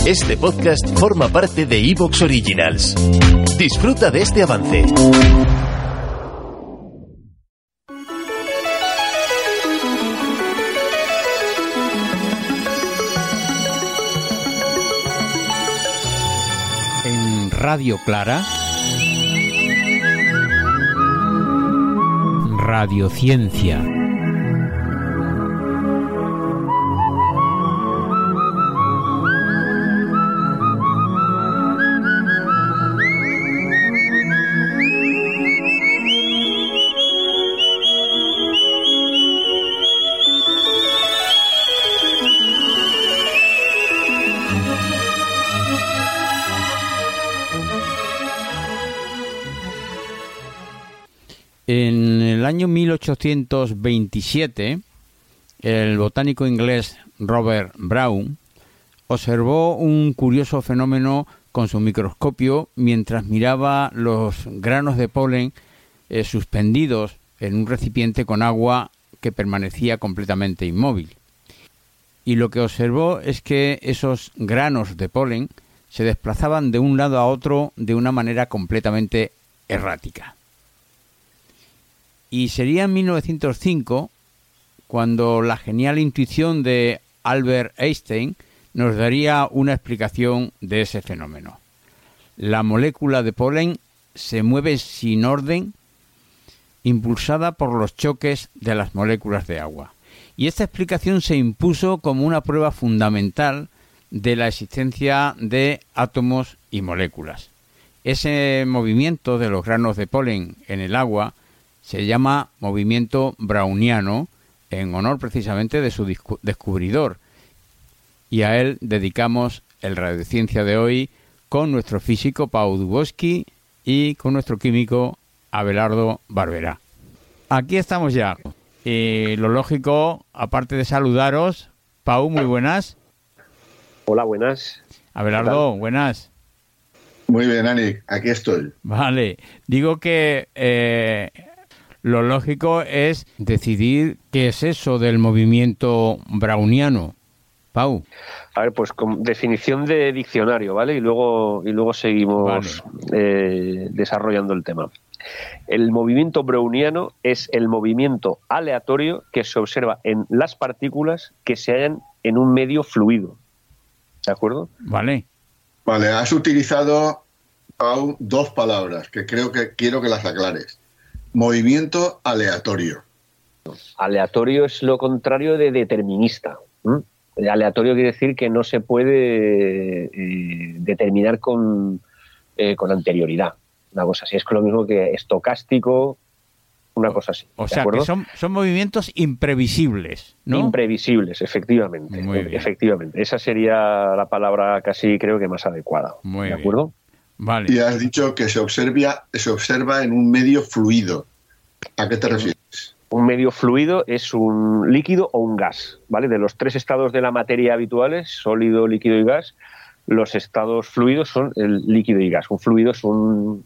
Este podcast forma parte de iVoox Originals. Disfruta de este avance. En Radio Clara, Radiociencia. En el año 1827, el botánico inglés Robert Brown observó un curioso fenómeno con su microscopio mientras miraba los granos de polen suspendidos en un recipiente con agua que permanecía completamente inmóvil. Y lo que observó es que esos granos de polen se desplazaban de un lado a otro de una manera completamente errática. Y sería en 1905 cuando la genial intuición de Albert Einstein nos daría una explicación de ese fenómeno. La molécula de polen se mueve sin orden, impulsada por los choques de las moléculas de agua. Y esta explicación se impuso como una prueba fundamental de la existencia de átomos y moléculas. Ese movimiento de los granos de polen en el agua se llama movimiento browniano, en honor precisamente de su descubridor. Y a él dedicamos el Radiociencia de hoy con nuestro físico Pau Dubosky y con nuestro químico Abelardo Barberá. Aquí estamos ya. Y lo lógico, aparte de saludaros, Pau, muy buenas. Hola, buenas. Abelardo, buenas. Muy bien, Ani, aquí estoy. Vale, digo que lo lógico es decidir qué es eso del movimiento browniano. Pau. A ver, pues con definición de diccionario, ¿vale? Y luego seguimos desarrollando el tema. El movimiento browniano es el movimiento aleatorio que se observa en las partículas que se hallan en un medio fluido. ¿De acuerdo? Vale. Vale, has utilizado, Pau, dos palabras que quiero que las aclares. Movimiento aleatorio. Aleatorio es lo contrario de determinista. Aleatorio quiere decir que no se puede determinar con anterioridad. Una cosa así. Es lo mismo que estocástico, una cosa así. O sea, que son movimientos imprevisibles, ¿no? Imprevisibles, efectivamente. Muy bien. Efectivamente. Esa sería la palabra casi creo que más adecuada. Muy ¿De acuerdo? Bien. Vale. Y has dicho que se observa en un medio fluido. ¿A qué te refieres? Un medio fluido es un líquido o un gas, ¿vale? De los tres estados de la materia habituales, sólido, líquido y gas, los estados fluidos son el líquido y gas. Un fluido es un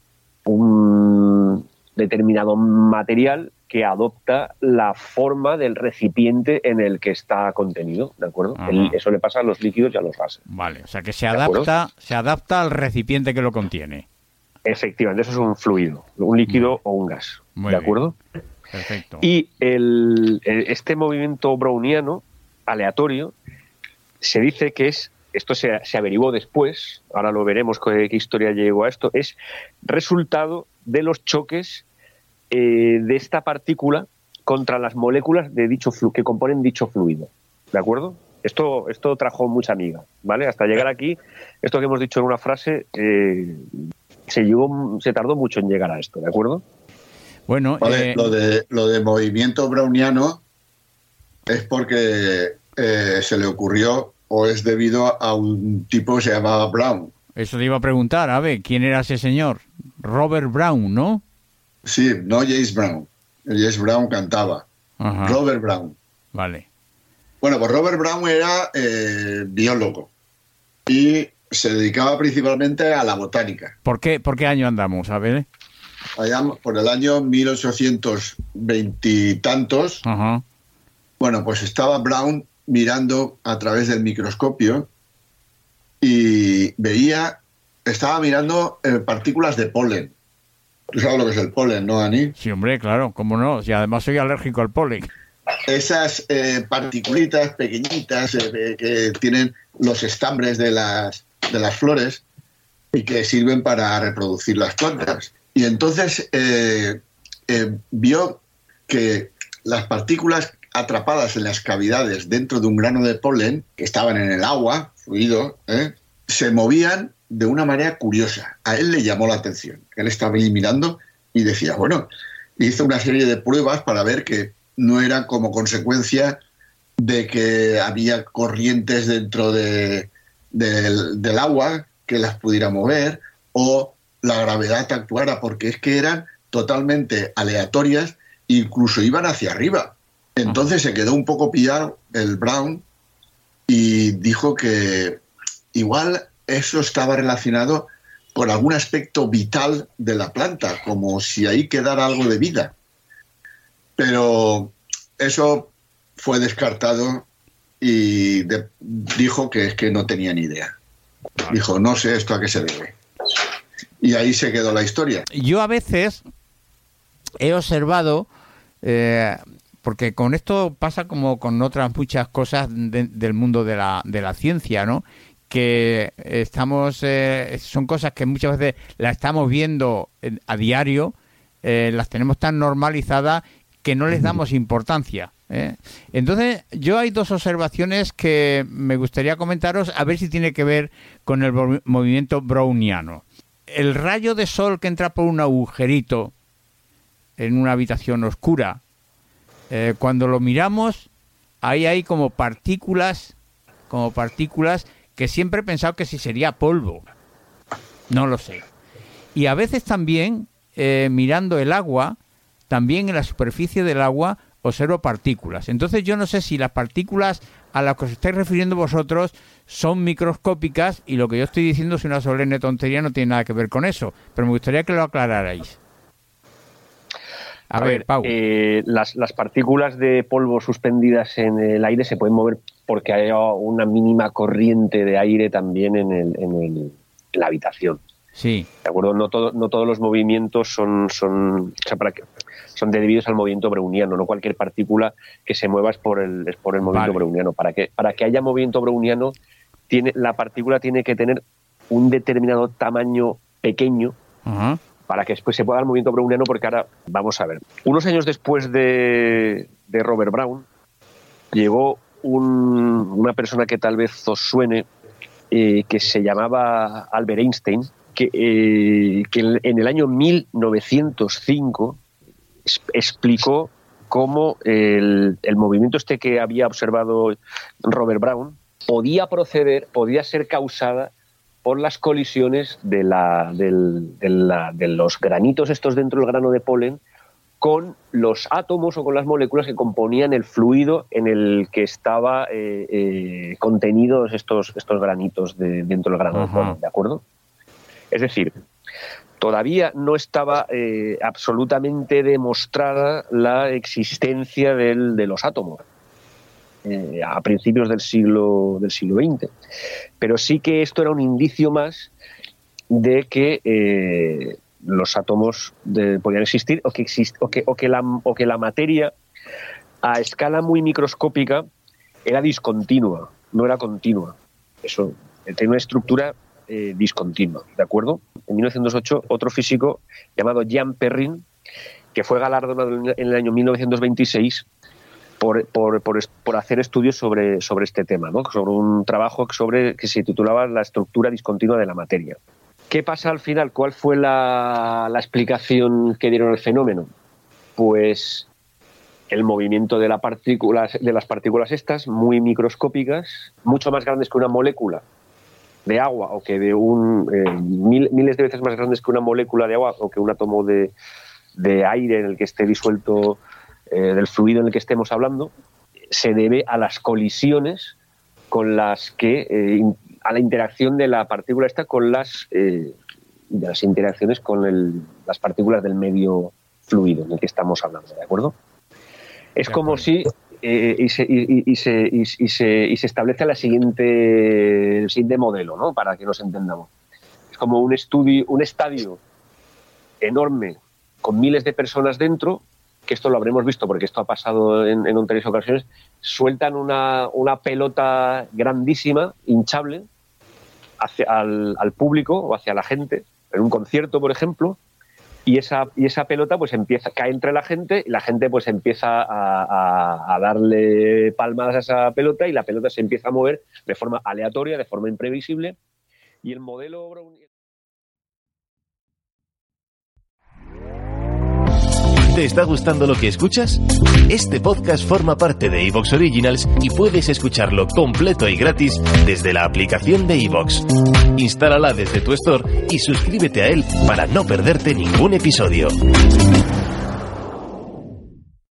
determinado material que adopta la forma del recipiente en el que está contenido, ¿de acuerdo? Eso le pasa a los líquidos y a los gases. Vale, o sea que se adapta al recipiente que lo contiene. Efectivamente, eso es un fluido, un líquido o un gas, ¿de acuerdo? Perfecto. Y este movimiento browniano aleatorio se dice que esto se averiguó después, ahora lo veremos qué historia llegó a esto, es resultado de los choques de esta partícula contra las moléculas de que componen dicho fluido, ¿de acuerdo? Esto trajo mucha amiga, ¿vale? Hasta llegar aquí, esto que hemos dicho en una frase, se tardó mucho en llegar a esto, ¿de acuerdo? Bueno, vale, lo de movimiento browniano es porque se le ocurrió o es debido a un tipo que se llamaba Brown. Eso te iba a preguntar, a ver, ¿quién era ese señor? Robert Brown, ¿no? Sí, no James Brown. James Brown cantaba. Ajá. Robert Brown. Vale. Bueno, pues Robert Brown era biólogo y se dedicaba principalmente a la botánica. ¿Por qué año andamos? A ver. Allá por el año 1820 y tantos. Ajá. Bueno, pues estaba Brown mirando a través del microscopio y estaba mirando partículas de polen. ¿Tú sabes lo que es el polen, no, Ani? Sí, hombre, claro, cómo no. Si además soy alérgico al polen. Esas particulitas pequeñitas que tienen los estambres de las flores y que sirven para reproducir las plantas. Y entonces vio que las partículas atrapadas en las cavidades dentro de un grano de polen, que estaban en el agua, fluido, se movían de una manera curiosa. A él le llamó la atención. Él estaba ahí mirando y decía, bueno, hizo una serie de pruebas para ver que no era como consecuencia de que había corrientes dentro del agua que las pudiera mover o la gravedad actuara, porque es que eran totalmente aleatorias, incluso iban hacia arriba. Entonces se quedó un poco pillado el Brown y dijo que igual eso estaba relacionado con algún aspecto vital de la planta, como si ahí quedara algo de vida. Pero eso fue descartado y dijo que es que no tenía ni idea. Dijo, no sé esto a qué se debe. Y ahí se quedó la historia. Yo a veces he observado, porque con esto pasa como con otras muchas cosas del mundo de la ciencia, ¿no? Que son cosas que muchas veces las estamos viendo a diario, las tenemos tan normalizadas que no les damos importancia. Entonces, yo hay dos observaciones que me gustaría comentaros, a ver si tiene que ver con el movimiento browniano. El rayo de sol que entra por un agujerito en una habitación oscura, cuando lo miramos, ahí hay como partículas que siempre he pensado que si sería polvo. No lo sé. Y a veces también, mirando el agua, también en la superficie del agua observo partículas. Entonces yo no sé si las partículas a las que os estáis refiriendo vosotros son microscópicas y lo que yo estoy diciendo es una solemne tontería, no tiene nada que ver con eso. Pero me gustaría que lo aclararais. A ver, Pau. Las partículas de polvo suspendidas en el aire se pueden mover porque hay una mínima corriente de aire también en la habitación. Sí. ¿De acuerdo? No todos los movimientos son debidos al movimiento browniano. No cualquier partícula que se mueva es por el movimiento browniano. Para que haya movimiento browniano, la partícula tiene que tener un determinado tamaño pequeño. Ajá. Para que después se pueda dar el movimiento browniano, porque ahora vamos a ver. Unos años después de Robert Brown, llegó una persona que tal vez os suene, que se llamaba Albert Einstein, que en el año 1905 explicó cómo el movimiento que había observado Robert Brown podía ser causada por las colisiones de los granitos estos dentro del grano de polen con los átomos o con las moléculas que componían el fluido en el que estaba contenidos estos granitos dentro del grano de polen, ¿de acuerdo? Es decir, todavía no estaba absolutamente demostrada la existencia de los átomos a principios del siglo XX. Pero sí que esto era un indicio más de que los átomos podían existir o que la materia a escala muy microscópica era discontinua, no era continua. Eso tiene una estructura discontinua, ¿de acuerdo? En 1908 otro físico llamado Jean Perrin, que fue galardonado en el año 1926 por hacer estudios sobre este tema, ¿no? Sobre un trabajo que se titulaba La estructura discontinua de la materia. ¿Qué pasa al final? ¿Cuál fue la explicación que dieron al fenómeno? Pues el movimiento de las partículas estas, muy microscópicas, mucho más grandes que una molécula de agua o que miles de veces más grandes que una molécula de agua o que un átomo de aire en el que esté disuelto del fluido en el que estemos hablando, se debe a las colisiones con las que a la interacción de la partícula esta con de las interacciones con las partículas del medio fluido en el que estamos hablando, ¿de acuerdo? Es como si se establece el siguiente modelo, ¿no? Para que nos entendamos. Es como un estadio enorme con miles de personas dentro, que esto lo habremos visto porque esto ha pasado en anteriores ocasiones. Sueltan una pelota grandísima, hinchable, al público o hacia la gente, en un concierto, por ejemplo, y esa pelota pues cae entre la gente, y la gente pues empieza a darle palmadas a esa pelota, y la pelota se empieza a mover de forma aleatoria, de forma imprevisible, y el modelo browniano. ¿Te está gustando lo que escuchas? Este podcast forma parte de iVoox Originals y puedes escucharlo completo y gratis desde la aplicación de iVoox. Instálala desde tu store y suscríbete a él para no perderte ningún episodio.